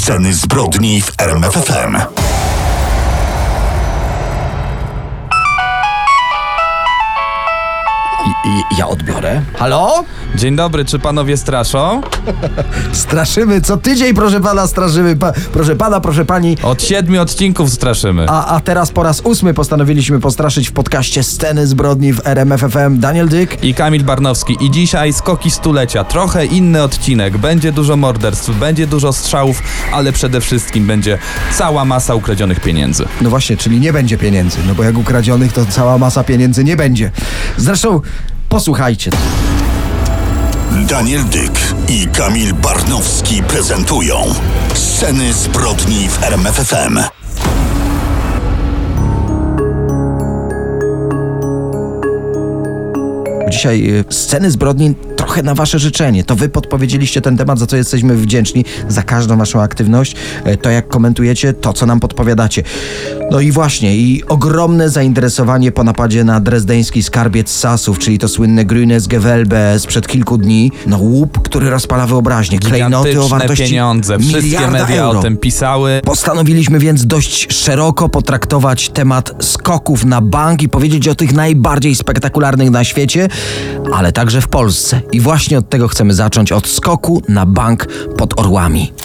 Sceny zbrodni w RMF FM. Ja odbiorę. Halo? Dzień dobry, czy panowie straszą? Straszymy, co tydzień, proszę pana, straszymy. Proszę pana, proszę pani. Od 7 odcinków straszymy. A teraz po raz 8 postanowiliśmy postraszyć w podcaście Sceny zbrodni w RMF FM. Daniel Dyk I Kamil Barnowski. I dzisiaj skoki stulecia. Trochę inny odcinek. Będzie dużo morderstw, będzie dużo strzałów, ale przede wszystkim będzie cała masa ukradzionych pieniędzy. No właśnie, czyli nie będzie pieniędzy. No bo jak ukradzionych, to cała masa pieniędzy nie będzie. Zresztą posłuchajcie. Daniel Dyk i Kamil Barnowski prezentują Sceny zbrodni w RMF FM. Dzisiaj sceny zbrodni trochę na wasze życzenie. To wy podpowiedzieliście ten temat, za co jesteśmy wdzięczni, za każdą waszą aktywność, to jak komentujecie, to co nam podpowiadacie. No i właśnie, i ogromne zainteresowanie po napadzie na drezdeński skarbiec Sasów, czyli to słynne Grünes Gewölbe sprzed kilku dni. No łup, który rozpala wyobraźnię. Klejnoty o wartości pieniądze. Wszystkie media euro. o tym pisały. Postanowiliśmy więc dość szeroko potraktować temat skoków na bank i powiedzieć o tych najbardziej spektakularnych na świecie, ale także w Polsce. I właśnie od tego chcemy zacząć, od skoku na bank pod Orłami.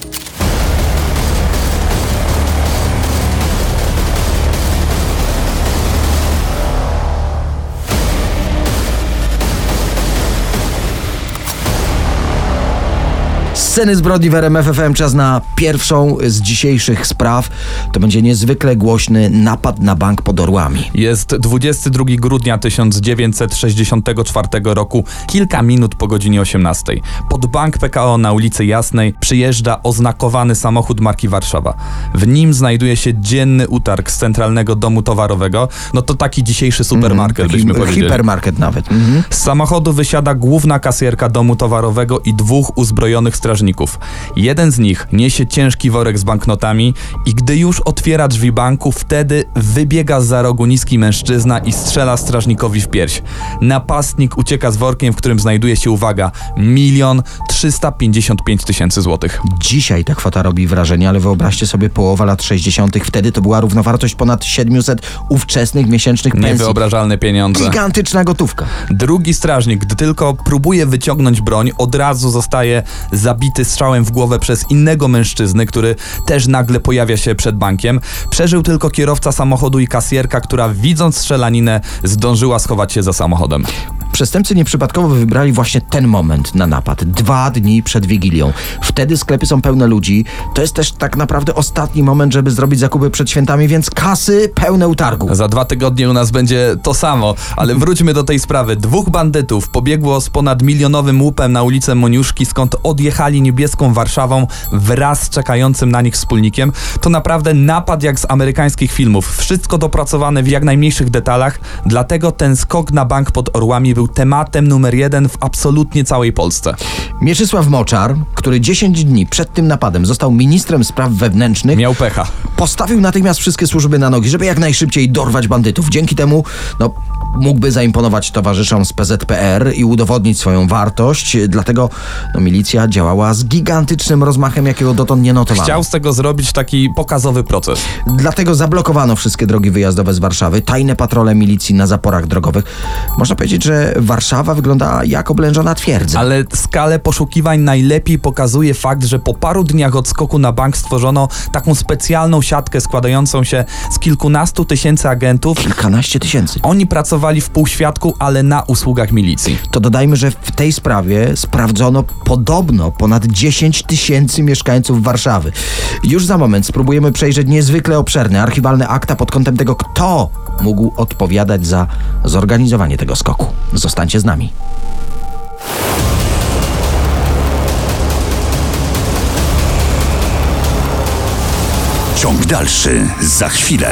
Sceny zbrodni w RMF FM. Czas na pierwszą z dzisiejszych spraw. To będzie niezwykle głośny napad na bank pod Orłami. Jest 22 grudnia 1964 roku, kilka minut po godzinie 18. Pod bank PKO na ulicy Jasnej przyjeżdża oznakowany samochód marki Warszawa. W nim znajduje się dzienny utarg z Centralnego Domu Towarowego. No to taki dzisiejszy supermarket, byśmy powiedzieli. Hipermarket nawet. Z samochodu wysiada główna kasjerka Domu Towarowego i dwóch uzbrojonych strażników. Jeden z nich niesie ciężki worek z banknotami i gdy już otwiera drzwi banku, wtedy wybiega zza rogu niski mężczyzna i strzela strażnikowi w pierś. Napastnik ucieka z workiem, w którym znajduje się, uwaga, 1 355 000 złotych. Dzisiaj ta kwota robi wrażenie, ale wyobraźcie sobie połowa lat 60. Wtedy to była równowartość ponad 700 ówczesnych miesięcznych pensji. Niewyobrażalne pieniądze. Gigantyczna gotówka. Drugi strażnik, gdy tylko próbuje wyciągnąć broń, od razu zostaje zabity strzałem w głowę przez innego mężczyznę, który też nagle pojawia się przed bankiem. Przeżył tylko kierowca samochodu i kasjerka, która widząc strzelaninę zdążyła schować się za samochodem. Przestępcy nieprzypadkowo wybrali właśnie ten moment na napad. 2 dni przed Wigilią. Wtedy sklepy są pełne ludzi. To jest też tak naprawdę ostatni moment, żeby zrobić zakupy przed świętami, więc kasy pełne utargu. Za 2 tygodnie u nas będzie to samo, ale wróćmy do tej sprawy. 2 bandytów pobiegło z ponad milionowym łupem na ulicę Moniuszki, skąd odjechali niebieską Warszawą wraz z czekającym na nich wspólnikiem. To naprawdę napad jak z amerykańskich filmów. Wszystko dopracowane w jak najmniejszych detalach, dlatego ten skok na bank pod Orłami był tematem numer 1 w absolutnie całej Polsce. Mieczysław Moczar, który 10 dni przed tym napadem został ministrem spraw wewnętrznych, Miał pecha. postawił natychmiast wszystkie służby na nogi, żeby jak najszybciej dorwać bandytów. Dzięki temu, mógłby zaimponować towarzyszom z PZPR i udowodnić swoją wartość. Dlatego milicja działała z gigantycznym rozmachem, jakiego dotąd nie notowano. Chciał z tego zrobić taki pokazowy proces. Dlatego zablokowano wszystkie drogi wyjazdowe z Warszawy, tajne patrole milicji na zaporach drogowych. Można powiedzieć, że Warszawa wygląda jak oblężona twierdza. Ale skalę poszukiwań najlepiej pokazuje fakt, że po paru dniach od skoku na bank stworzono taką specjalną siatkę składającą się z kilkunastu tysięcy agentów. Kilkanaście tysięcy. Oni pracowali w półświadku, ale na usługach milicji. To dodajmy, że w tej sprawie sprawdzono podobno ponad 10 000 mieszkańców Warszawy. Już za moment spróbujemy przejrzeć niezwykle obszerne, archiwalne akta pod kątem tego, kto mógł odpowiadać za zorganizowanie tego skoku. Zostańcie z nami. Ciąg dalszy za chwilę.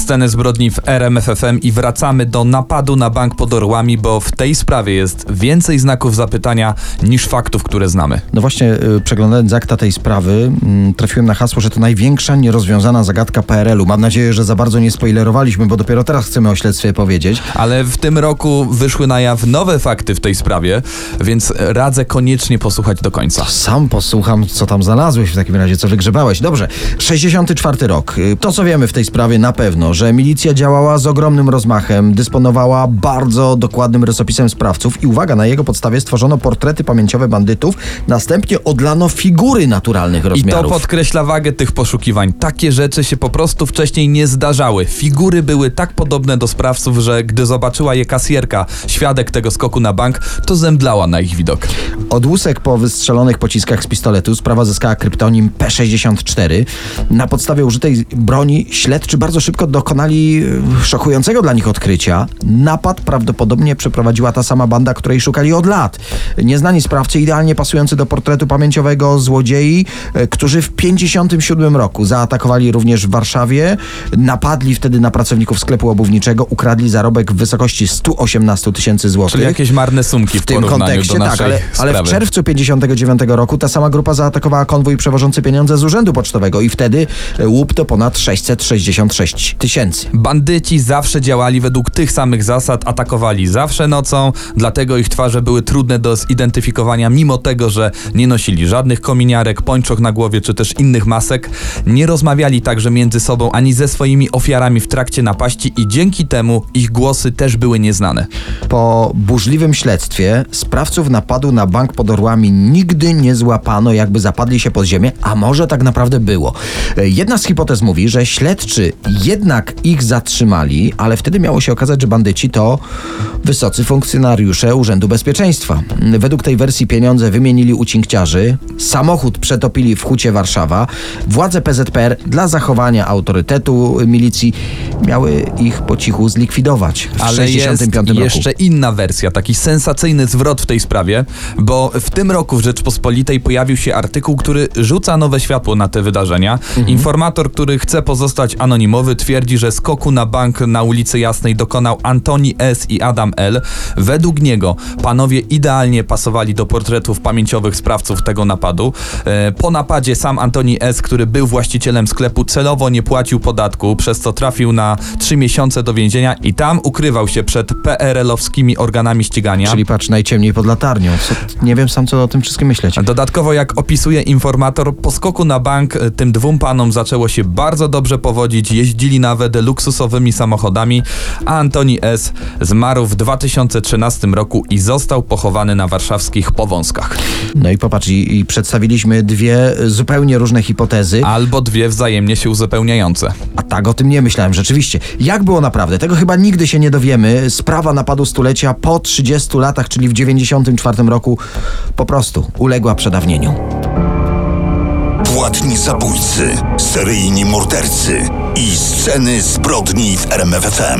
Sceny zbrodni w RMF FM i wracamy do napadu na bank pod Orłami, bo w tej sprawie jest więcej znaków zapytania niż faktów, które znamy. No właśnie, przeglądając akta tej sprawy, trafiłem na hasło, że to największa nierozwiązana zagadka PRL-u. Mam nadzieję, że za bardzo nie spoilerowaliśmy, bo dopiero teraz chcemy o śledztwie powiedzieć. Ale w tym roku wyszły na jaw nowe fakty w tej sprawie, więc radzę koniecznie posłuchać do końca. Sam posłucham, co tam znalazłeś w takim razie, co wygrzebałeś. Dobrze, 64 rok. To, co wiemy w tej sprawie na pewno, że milicja działała z ogromnym rozmachem, dysponowała bardzo dokładnym rysopisem sprawców i uwaga, na jego podstawie stworzono portrety pamięciowe bandytów, następnie odlano figury naturalnych rozmiarów. I to podkreśla wagę tych poszukiwań. Takie rzeczy się po prostu wcześniej nie zdarzały. Figury były tak podobne do sprawców, że gdy zobaczyła je kasjerka, świadek tego skoku na bank, to zemdlała na ich widok. Od łusek po wystrzelonych pociskach z pistoletu sprawa zyskała kryptonim P64. Na podstawie użytej broni śledczy bardzo szybko dokonali szokującego dla nich odkrycia. Napad prawdopodobnie przeprowadziła ta sama banda, której szukali od lat. Nieznani sprawcy, idealnie pasujący do portretu pamięciowego złodziei, którzy w 1957 roku zaatakowali również w Warszawie, napadli wtedy na pracowników sklepu obuwniczego, ukradli zarobek w wysokości 118 000 złotych. Czyli jakieś marne sumki w tym kontekście, do naszej ale w czerwcu 1959 roku ta sama grupa zaatakowała konwój przewożący pieniądze z urzędu pocztowego i wtedy łup to ponad 666 000. Bandyci zawsze działali według tych samych zasad, atakowali zawsze nocą, dlatego ich twarze były trudne do zidentyfikowania, mimo tego, że nie nosili żadnych kominiarek, pończoch na głowie czy też innych masek. Nie rozmawiali także między sobą ani ze swoimi ofiarami w trakcie napaści i dzięki temu ich głosy też były nieznane. Po burzliwym śledztwie sprawców napadu na bank pod Orłami nigdy nie złapano, jakby zapadli się pod ziemię, a może tak naprawdę było. Jedna z hipotez mówi, że śledczy jednak ich zatrzymali, ale wtedy miało się okazać, że bandyci to wysocy funkcjonariusze Urzędu Bezpieczeństwa. Według tej wersji pieniądze wymienili u cinkciarzy, samochód przetopili w Hucie Warszawa. Władze PZPR dla zachowania autorytetu milicji miały ich po cichu zlikwidować w 1965 roku. Jeszcze inna wersja, taki sensacyjny zwrot w tej sprawie, bo w tym roku w Rzeczpospolitej pojawił się artykuł, który rzuca nowe światło na te wydarzenia. Informator, który chce pozostać anonimowy, twierdzi, że skoku na bank na ulicy Jasnej dokonał Antoni S. i Adam L. Według niego panowie idealnie pasowali do portretów pamięciowych sprawców tego napadu. Po napadzie sam Antoni S., który był właścicielem sklepu, celowo nie płacił podatku, przez co trafił na 3 miesiące do więzienia i tam ukrywał się przed PRL-owskimi organami ścigania. Czyli patrz, najciemniej pod latarnią. Nie wiem sam, co o tym wszystkim myśleć. Dodatkowo, jak opisuje informator, po skoku na bank tym dwóm panom zaczęło się bardzo dobrze powodzić, jeździli nawet luksusowymi samochodami, a Antoni S. zmarł w 2013 roku i został pochowany na warszawskich Powązkach. No i popatrz, i przedstawiliśmy dwie zupełnie różne hipotezy. Albo dwie wzajemnie się uzupełniające. A tak o tym nie myślałem, rzeczywiście. Jak było naprawdę? Tego chyba nigdy się nie dowiemy. Sprawa napadu stulecia po 30 latach, czyli w 1994 roku, po prostu uległa przedawnieniu. Płatni zabójcy, seryjni mordercy i sceny zbrodni w RMF FM.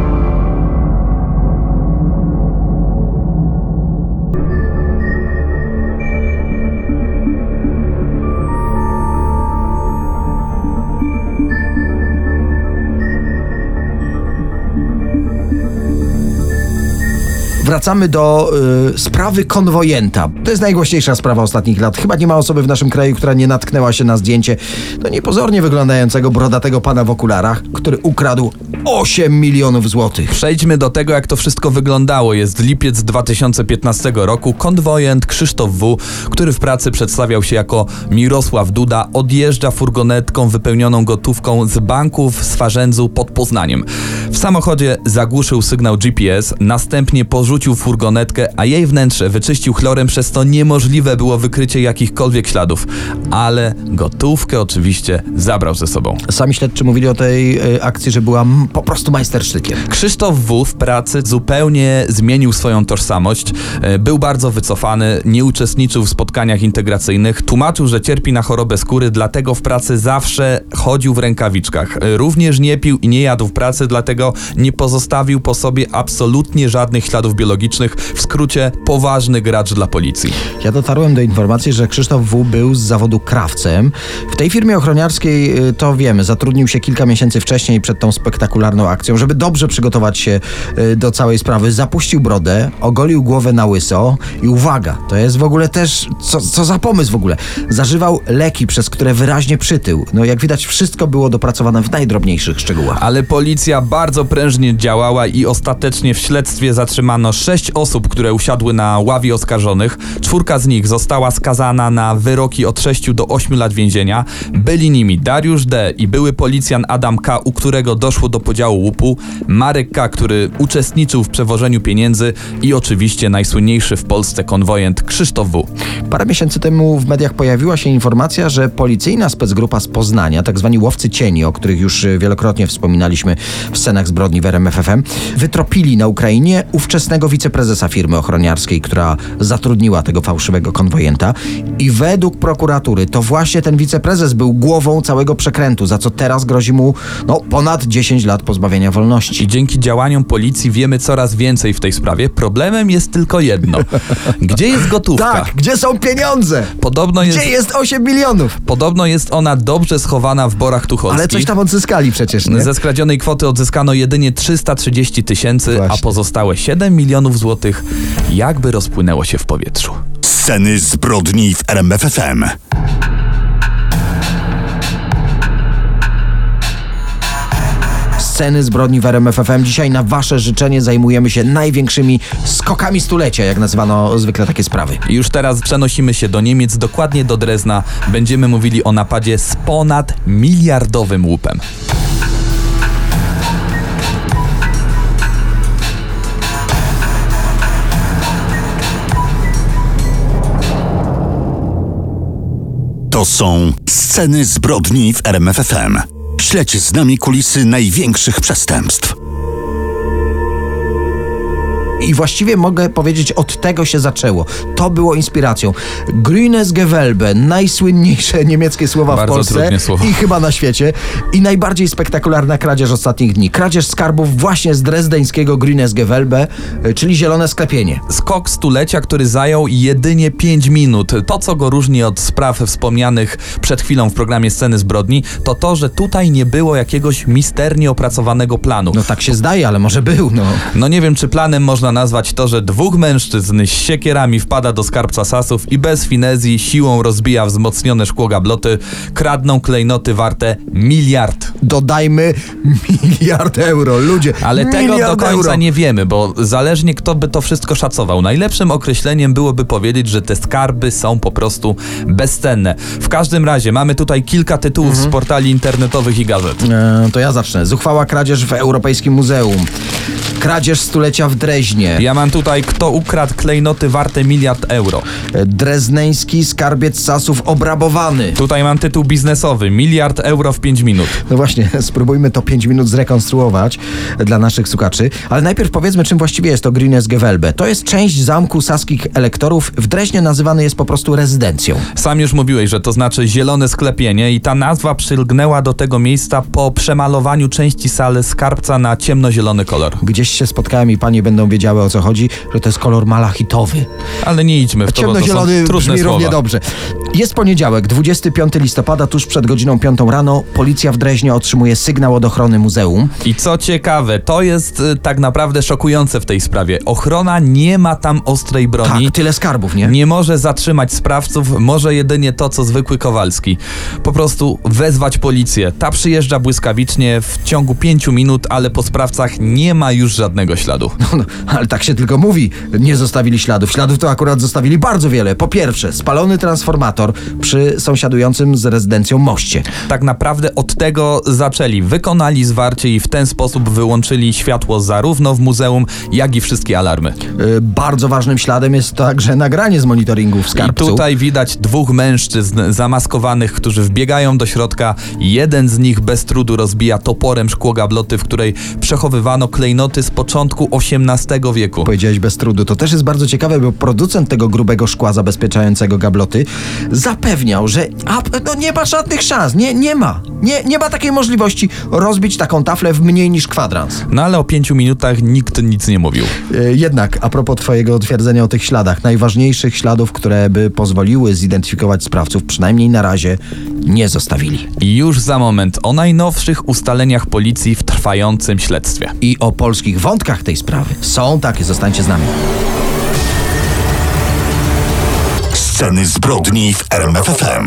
Wracamy do sprawy konwojenta. To jest najgłośniejsza sprawa ostatnich lat. Chyba nie ma osoby w naszym kraju, która nie natknęła się na zdjęcie niepozornie wyglądającego brodatego pana w okularach, który ukradł 8 milionów złotych. Przejdźmy do tego, jak to wszystko wyglądało. Jest lipiec 2015 roku. Konwojent Krzysztof W., który w pracy przedstawiał się jako Mirosław Duda, odjeżdża furgonetką wypełnioną gotówką z banku w Swarzędzu pod Poznaniem. W samochodzie zagłuszył sygnał GPS, następnie porzucił furgonetkę, a jej wnętrze wyczyścił chlorem, przez to niemożliwe było wykrycie jakichkolwiek śladów. Ale gotówkę oczywiście zabrał ze sobą. Sami śledczy mówili o tej akcji, że była po prostu majstersztykiem. Krzysztof W. w pracy zupełnie zmienił swoją tożsamość. Był bardzo wycofany, nie uczestniczył w spotkaniach integracyjnych, tłumaczył, że cierpi na chorobę skóry, dlatego w pracy zawsze chodził w rękawiczkach. Również nie pił i nie jadł w pracy, dlatego tego nie pozostawił po sobie absolutnie żadnych śladów biologicznych. W skrócie, poważny gracz dla policji. Ja dotarłem do informacji, że Krzysztof W. był z zawodu krawcem. W tej firmie ochroniarskiej, to wiemy, zatrudnił się kilka miesięcy wcześniej przed tą spektakularną akcją, żeby dobrze przygotować się do całej sprawy. Zapuścił brodę, ogolił głowę na łyso i uwaga, to jest w ogóle też, co za pomysł w ogóle. Zażywał leki, przez które wyraźnie przytył. No jak widać, wszystko było dopracowane w najdrobniejszych szczegółach. Ale policja bardzo prężnie działała i ostatecznie w śledztwie zatrzymano 6 osób, które usiadły na ławie oskarżonych. 4 z nich została skazana na wyroki od 6 do 8 lat więzienia. Byli nimi Dariusz D. i były policjant Adam K., u którego doszło do podziału łupu, Marek K., który uczestniczył w przewożeniu pieniędzy i oczywiście najsłynniejszy w Polsce konwojent Krzysztof W. Parę miesięcy temu w mediach pojawiła się informacja, że policyjna specgrupa z Poznania, tak zwani łowcy cieni, o których już wielokrotnie wspominaliśmy w scenach zbrodni w RMF FM, wytropili na Ukrainie ówczesnego wiceprezesa firmy ochroniarskiej, która zatrudniła tego fałszywego konwojenta. I według prokuratury to właśnie ten wiceprezes był głową całego przekrętu, za co teraz grozi mu ponad 10 lat pozbawienia wolności. I dzięki działaniom policji wiemy coraz więcej w tej sprawie. Problemem jest tylko jedno. Gdzie jest gotówka? Tak, gdzie są pieniądze? Gdzie jest 8 milionów? Podobno jest ona dobrze schowana w borach tucholskich. Ale coś tam odzyskali przecież, nie? Ze skradzionej kwoty odzyskano jedynie 330 000, a pozostałe 7 milionów złotych jakby rozpłynęło się w powietrzu. Sceny zbrodni w RMF FM. Sceny zbrodni w RMF FM. Dzisiaj na wasze życzenie zajmujemy się największymi skokami stulecia, jak nazywano zwykle takie sprawy. I już teraz przenosimy się do Niemiec, dokładnie do Drezna. Będziemy mówili o napadzie z ponad miliardowym łupem. To są Sceny zbrodni w RMF FM. Śledź z nami kulisy największych przestępstw. I właściwie mogę powiedzieć, od tego się zaczęło. To było inspiracją. Grünes Gewölbe, najsłynniejsze niemieckie słowa bardzo w Polsce słowo. I chyba na świecie. I najbardziej spektakularna kradzież ostatnich dni. Kradzież skarbów właśnie z drezdeńskiego Grünes Gewölbe, czyli zielone sklepienie. Skok stulecia, który zajął jedynie 5 minut. To, co go różni od spraw wspomnianych przed chwilą w programie Sceny zbrodni, to to, że tutaj nie było jakiegoś misternie opracowanego planu. No tak się zdaje, ale może był, No nie wiem, czy planem można nazwać to, że 2 mężczyzn z siekierami wpada do skarbca Sasów i bez finezji siłą rozbija wzmocnione szkło gabloty, kradną klejnoty warte 1 miliard. Dodajmy 1 miliard euro, ludzie. Ale tego do końca nie wiemy, bo zależnie kto by to wszystko szacował. Najlepszym określeniem byłoby powiedzieć, że te skarby są po prostu bezcenne. W każdym razie mamy tutaj kilka tytułów z portali internetowych i gazet. To ja zacznę. Zuchwała kradzież w Europejskim Muzeum. Kradzież stulecia w Dreźnie. Ja mam tutaj, kto ukradł klejnoty warte 1 miliard euro. Drezneński skarbiec Sasów obrabowany. Tutaj mam tytuł biznesowy. 1 miliard euro w 5 minut. No właśnie, spróbujmy to 5 minut zrekonstruować dla naszych słuchaczy. Ale najpierw powiedzmy, czym właściwie jest to Grünes Gewölbe. To jest część zamku saskich elektorów. W Dreźnie nazywany jest po prostu rezydencją. Sam już mówiłeś, że to znaczy zielone sklepienie i ta nazwa przylgnęła do tego miejsca po przemalowaniu części sali skarbca na ciemnozielony kolor. Gdzieś się spotkałem i panie będą wiedziały, o co chodzi, że to jest kolor malachitowy. Ale nie idźmy w to, bo to są trudne brzmi równie słowa. dobrze. Jest poniedziałek, 25 listopada, tuż przed godziną 5 rano. Policja w Dreźnie otrzymuje sygnał od ochrony muzeum. I co ciekawe, to jest tak naprawdę szokujące w tej sprawie. Ochrona nie ma tam ostrej broni. Tak, tyle skarbów, nie? Nie może zatrzymać sprawców, może jedynie to, co zwykły Kowalski. Po prostu wezwać policję. Ta przyjeżdża błyskawicznie w ciągu 5 minut, ale po sprawcach nie ma już żadnego śladu. No, ale tak się tylko mówi. Nie zostawili śladów. Śladów to akurat zostawili bardzo wiele. Po pierwsze, spalony transformator przy sąsiadującym z rezydencją moście. Tak naprawdę od tego zaczęli. Wykonali zwarcie i w ten sposób wyłączyli światło zarówno w muzeum, jak i wszystkie alarmy. Bardzo ważnym śladem jest także nagranie z monitoringu w skarbcu. I tutaj widać 2 mężczyzn zamaskowanych, którzy wbiegają do środka. Jeden z nich bez trudu rozbija toporem szkło gabloty, w której przechowywano klejnoty z początku XVIII wieku. Powiedziałeś bez trudu. To też jest bardzo ciekawe, bo producent tego grubego szkła zabezpieczającego gabloty zapewniał, że nie ma żadnych szans. Nie ma takiej możliwości rozbić taką taflę w mniej niż kwadrans. No ale o 5 minutach nikt nic nie mówił. Jednak, a propos twojego twierdzenia o tych śladach, najważniejszych śladów, które by pozwoliły zidentyfikować sprawców, przynajmniej na razie nie zostawili. I już za moment o najnowszych ustaleniach policji w trwającym śledztwie. I o polskich wątkach tej sprawy. Są takie, zostańcie z nami. Sceny zbrodni w RMF FM.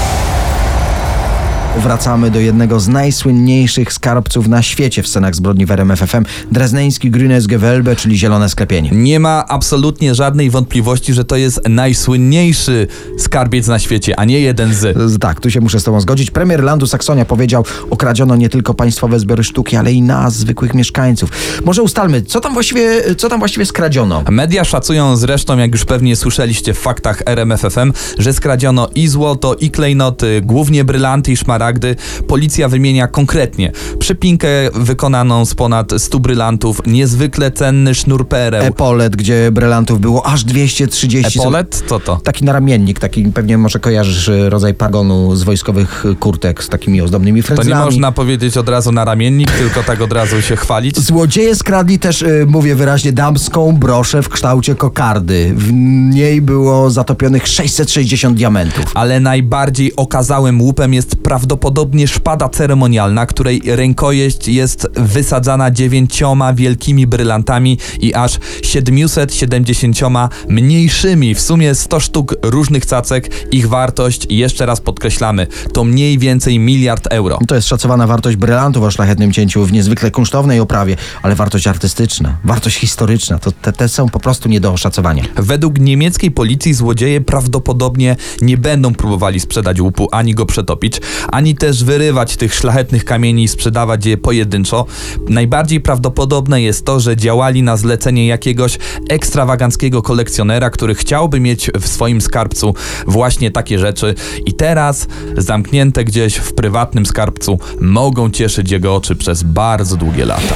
Wracamy do jednego z najsłynniejszych skarbców na świecie w scenach zbrodni w RMF FM. Drezneński Grünes Gewölbe, czyli zielone sklepienie. Nie ma absolutnie żadnej wątpliwości, że to jest najsłynniejszy skarbiec na świecie, a nie jeden z. Tak, tu się muszę z tobą zgodzić. Premier landu Saksonia powiedział, okradziono nie tylko państwowe zbiory sztuki, ale i nas, zwykłych mieszkańców. Może ustalmy, co tam właściwie skradziono? Media szacują zresztą, jak już pewnie słyszeliście w faktach RMF FM, że skradziono i złoto, i klejnoty, głównie brylanty i szmaragdy. Policja wymienia konkretnie przypinkę wykonaną z ponad 100 brylantów, niezwykle cenny sznur pereł. Epolet, gdzie brylantów było aż 230. Epolet? Co to? Taki naramiennik, taki pewnie może kojarzysz rodzaj pagonu z wojskowych kurtek z takimi ozdobnymi To frędzlami. nie można powiedzieć od razu naramiennik, tylko tak od razu się chwalić. Złodzieje skradli też, mówię wyraźnie, damską broszę w kształcie kokardy. W niej było zatopionych 660 diamentów. Ale najbardziej okazałym łupem jest prawdopodobnie szpada ceremonialna, której rękojeść jest wysadzana 9 wielkimi brylantami i aż 770 mniejszymi. W sumie 100 sztuk różnych cacek. Ich wartość, jeszcze raz podkreślamy, to mniej więcej 1 miliard euro. To jest szacowana wartość brylantów o szlachetnym cięciu w niezwykle kunsztownej oprawie, ale wartość artystyczna, wartość historyczna, to te są po prostu nie do oszacowania. Według niemieckiej policji złodzieje prawdopodobnie nie będą próbowali sprzedać łupu, ani go przetopić, ani też wyrywać tych szlachetnych kamieni i sprzedawać je pojedynczo. Najbardziej prawdopodobne jest to, że działali na zlecenie jakiegoś ekstrawaganckiego kolekcjonera, który chciałby mieć w swoim skarbcu właśnie takie rzeczy i teraz, zamknięte gdzieś w prywatnym skarbcu, mogą cieszyć jego oczy przez bardzo długie lata.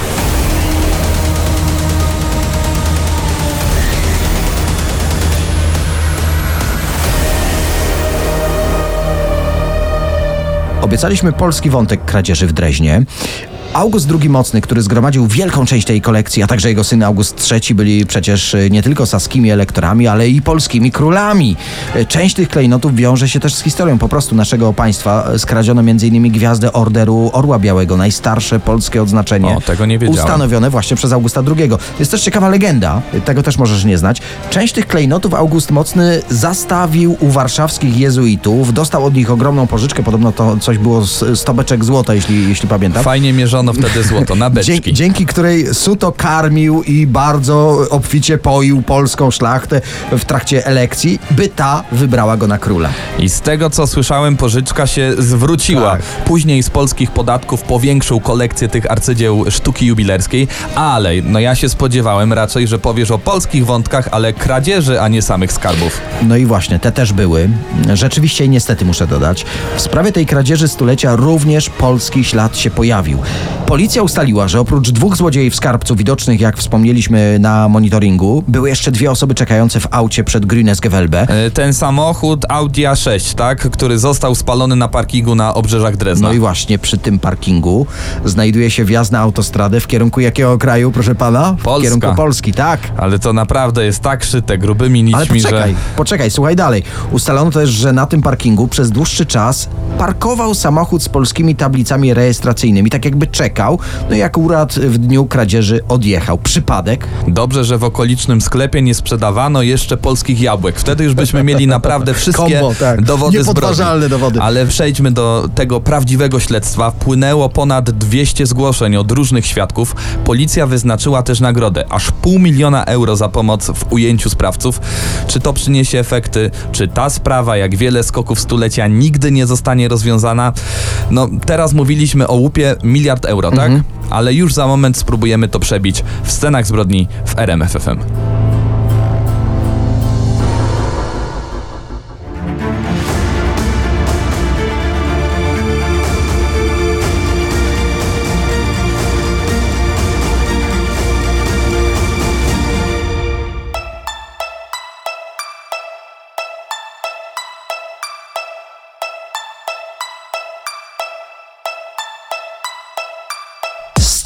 Obiecaliśmy polski wątek kradzieży w Dreźnie. August II Mocny, który zgromadził wielką część tej kolekcji, a także jego syn August III byli przecież nie tylko saskimi elektorami, ale i polskimi królami. Część tych klejnotów wiąże się też z historią po prostu naszego państwa. Skradziono m.in. gwiazdę Orderu Orła Białego, najstarsze polskie odznaczenie. O, tego nie wiedziałem. Ustanowione właśnie przez Augusta II. Jest też ciekawa legenda, tego też możesz nie znać. Część tych klejnotów August Mocny zastawił u warszawskich jezuitów, dostał od nich ogromną pożyczkę, podobno to coś było 100 beczek złota, jeśli pamiętam. Fajnie mierzono wtedy złoto na beczki. Dzięki której Suto karmił i bardzo obficie poił polską szlachtę w trakcie elekcji, by ta wybrała go na króla. I z tego, co słyszałem, pożyczka się zwróciła. Tak. Później z polskich podatków powiększył kolekcję tych arcydzieł sztuki jubilerskiej, ale ja się spodziewałem raczej, że powiesz o polskich wątkach, ale kradzieży, a nie samych skarbów. No i właśnie, te też były. Rzeczywiście i niestety muszę dodać. W sprawie tej kradzieży stulecia również polski ślad się pojawił. Policja ustaliła, że oprócz 2 złodziei w skarbcu widocznych, jak wspomnieliśmy na monitoringu, były jeszcze 2 osoby czekające w aucie przed Grünes Gewölbe. Ten samochód Audi A6, tak, który został spalony na parkingu na obrzeżach Drezna. No i właśnie przy tym parkingu znajduje się wjazd na autostradę w kierunku jakiego kraju, proszę pana? W Polska. kierunku Polski, tak. Ale to naprawdę jest tak szyte grubymi nićmi, Ale poczekaj, słuchaj dalej. Ustalono też, że na tym parkingu przez dłuższy czas parkował samochód z polskimi tablicami rejestracyjnymi, tak jakby czekał, no i akurat w dniu kradzieży odjechał. Przypadek? Dobrze, że w okolicznym sklepie nie sprzedawano jeszcze polskich jabłek. Wtedy już byśmy mieli naprawdę wszystkie dowody niepodważalne zbrodni. dowody. Ale przejdźmy do tego prawdziwego śledztwa. Wpłynęło ponad 200 zgłoszeń od różnych świadków. Policja wyznaczyła też nagrodę. Aż 500 000 euro za pomoc w ujęciu sprawców. Czy to przyniesie efekty? Czy ta sprawa, jak wiele skoków stulecia, nigdy nie zostanie rozwiązana? No, teraz mówiliśmy o łupie 1 miliard euro, tak? Ale już za moment spróbujemy to przebić w scenach zbrodni w RMF FM.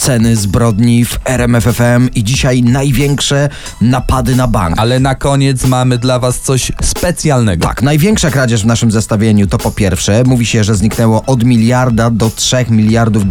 Sceny zbrodni w RMF FM i dzisiaj największe napady na bank. Ale na koniec mamy dla was coś specjalnego. Tak, największa kradzież w naszym zestawieniu to po pierwsze, mówi się, że zniknęło od $1 miliarda do $3 miliardów.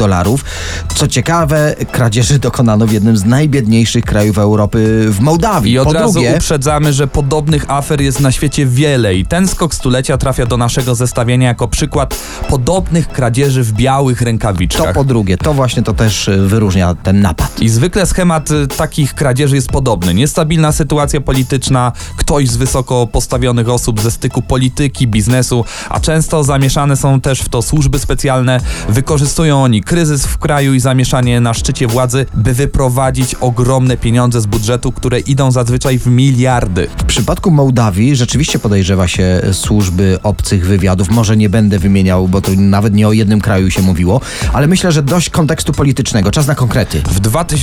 Co ciekawe, kradzieży dokonano w jednym z najbiedniejszych krajów Europy, w Mołdawii. I od po razu drugie, uprzedzamy, że podobnych afer jest na świecie wiele i ten skok stulecia trafia do naszego zestawienia jako przykład podobnych kradzieży w białych rękawiczkach. to po drugie, to właśnie to też wyróżnia ten napad. I zwykle schemat takich kradzieży jest podobny. Niestabilna sytuacja polityczna, ktoś z wysoko postawionych osób ze styku polityki, biznesu, a często zamieszane są też w to służby specjalne. Wykorzystują oni kryzys w kraju i zamieszanie na szczycie władzy, by wyprowadzić ogromne pieniądze z budżetu, które idą zazwyczaj w miliardy. W przypadku Mołdawii rzeczywiście podejrzewa się służby obcych wywiadów. Może nie będę wymieniał, bo to nawet nie o jednym kraju się mówiło, ale myślę, że dość kontekstu politycznego. Czas na konkrety. W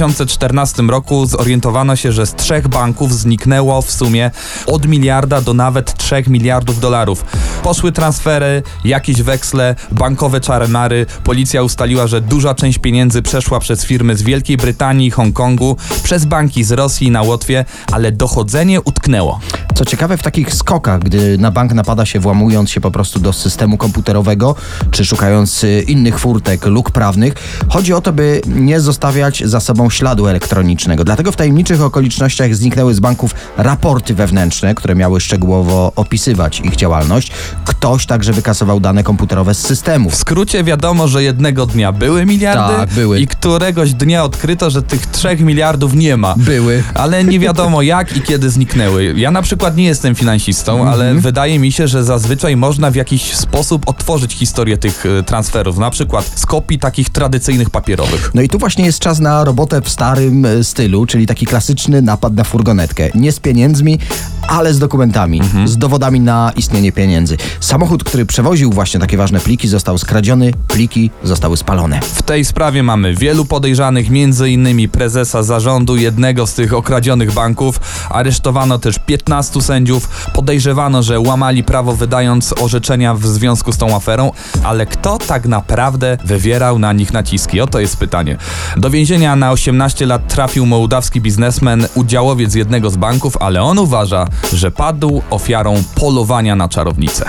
2014 roku zorientowano się, że z 3 banków zniknęło w sumie od $1 miliarda do nawet $3 miliardów. Poszły transfery, jakieś weksle, bankowe czarnary. Policja ustaliła, że duża część pieniędzy przeszła przez firmy z Wielkiej Brytanii i Hongkongu, przez banki z Rosji na Łotwie, ale dochodzenie utknęło. Co ciekawe, w takich skokach, gdy na bank napada się włamując się po prostu do systemu komputerowego, czy szukając innych furtek, luk prawnych, chodzi o to, by nie zostawiać za sobą śladu elektronicznego. Dlatego w tajemniczych okolicznościach zniknęły z banków raporty wewnętrzne, które miały szczegółowo opisywać ich działalność. Ktoś także wykasował dane komputerowe z systemów. W skrócie wiadomo, że jednego dnia były miliardy Tak, były. i któregoś dnia odkryto, że tych 3 miliardów nie ma. Były. Ale nie wiadomo jak i kiedy zniknęły. Ja na przykład nie jestem finansistą, ale wydaje mi się, że zazwyczaj można w jakiś sposób odtworzyć historię tych transferów, na przykład z kopii takich tradycyjnych papierowych. No i tu właśnie jest czas na robotę w starym stylu, czyli taki klasyczny napad na furgonetkę. Nie z pieniędzmi, ale z dokumentami, z dowodami na istnienie pieniędzy. Samochód, który przewoził właśnie takie ważne pliki, został skradziony, pliki zostały spalone. W tej sprawie mamy wielu podejrzanych, m.in. prezesa zarządu jednego z tych okradzionych banków. Aresztowano też 15 sędziów. Podejrzewano, że łamali prawo, wydając orzeczenia w związku z tą aferą. Ale kto tak naprawdę wywierał na nich naciski? Oto jest pytanie. Do więzienia na 18 lat trafił mołdawski biznesmen, udziałowiec jednego z banków, ale on uważa, że padł ofiarą polowania na czarownicę.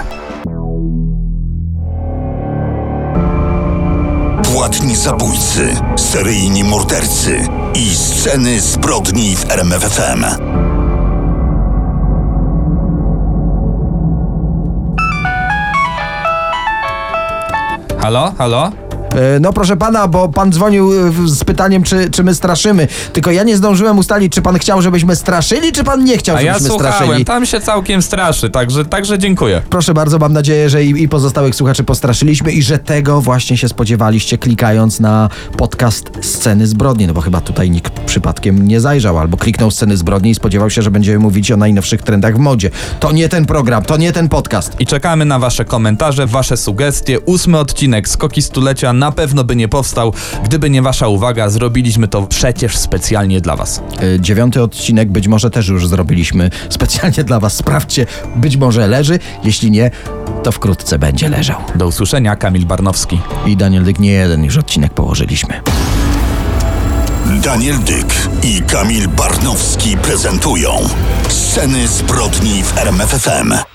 Płatni zabójcy, seryjni mordercy i sceny zbrodni w RMF FM. Halo? Halo? No proszę pana, bo pan dzwonił z pytaniem, czy my straszymy. Tylko ja nie zdążyłem ustalić, czy pan chciał, żebyśmy straszyli, czy pan nie chciał, A ja żebyśmy słuchałem, straszyli. tam się całkiem straszy, także dziękuję. Proszę bardzo, mam nadzieję, że i pozostałych słuchaczy postraszyliśmy i że tego właśnie się spodziewaliście, klikając na podcast Sceny Zbrodni. No bo chyba tutaj nikt przypadkiem nie zajrzał albo kliknął Sceny Zbrodni i spodziewał się, że będziemy mówić o najnowszych trendach w modzie. To nie ten program, to nie ten podcast. I czekamy na wasze komentarze, wasze sugestie. 8 odcinek Skoki Stulecia na pewno by nie powstał, gdyby nie wasza uwaga. Zrobiliśmy to przecież specjalnie dla was. 9 odcinek być może też już zrobiliśmy specjalnie dla was. Sprawdźcie, być może leży. Jeśli nie, to wkrótce będzie leżał. Do usłyszenia, Kamil Barnowski. I Daniel Dyk, nie jeden już odcinek położyliśmy. Daniel Dyk i Kamil Barnowski prezentują Sceny zbrodni w RMF FM.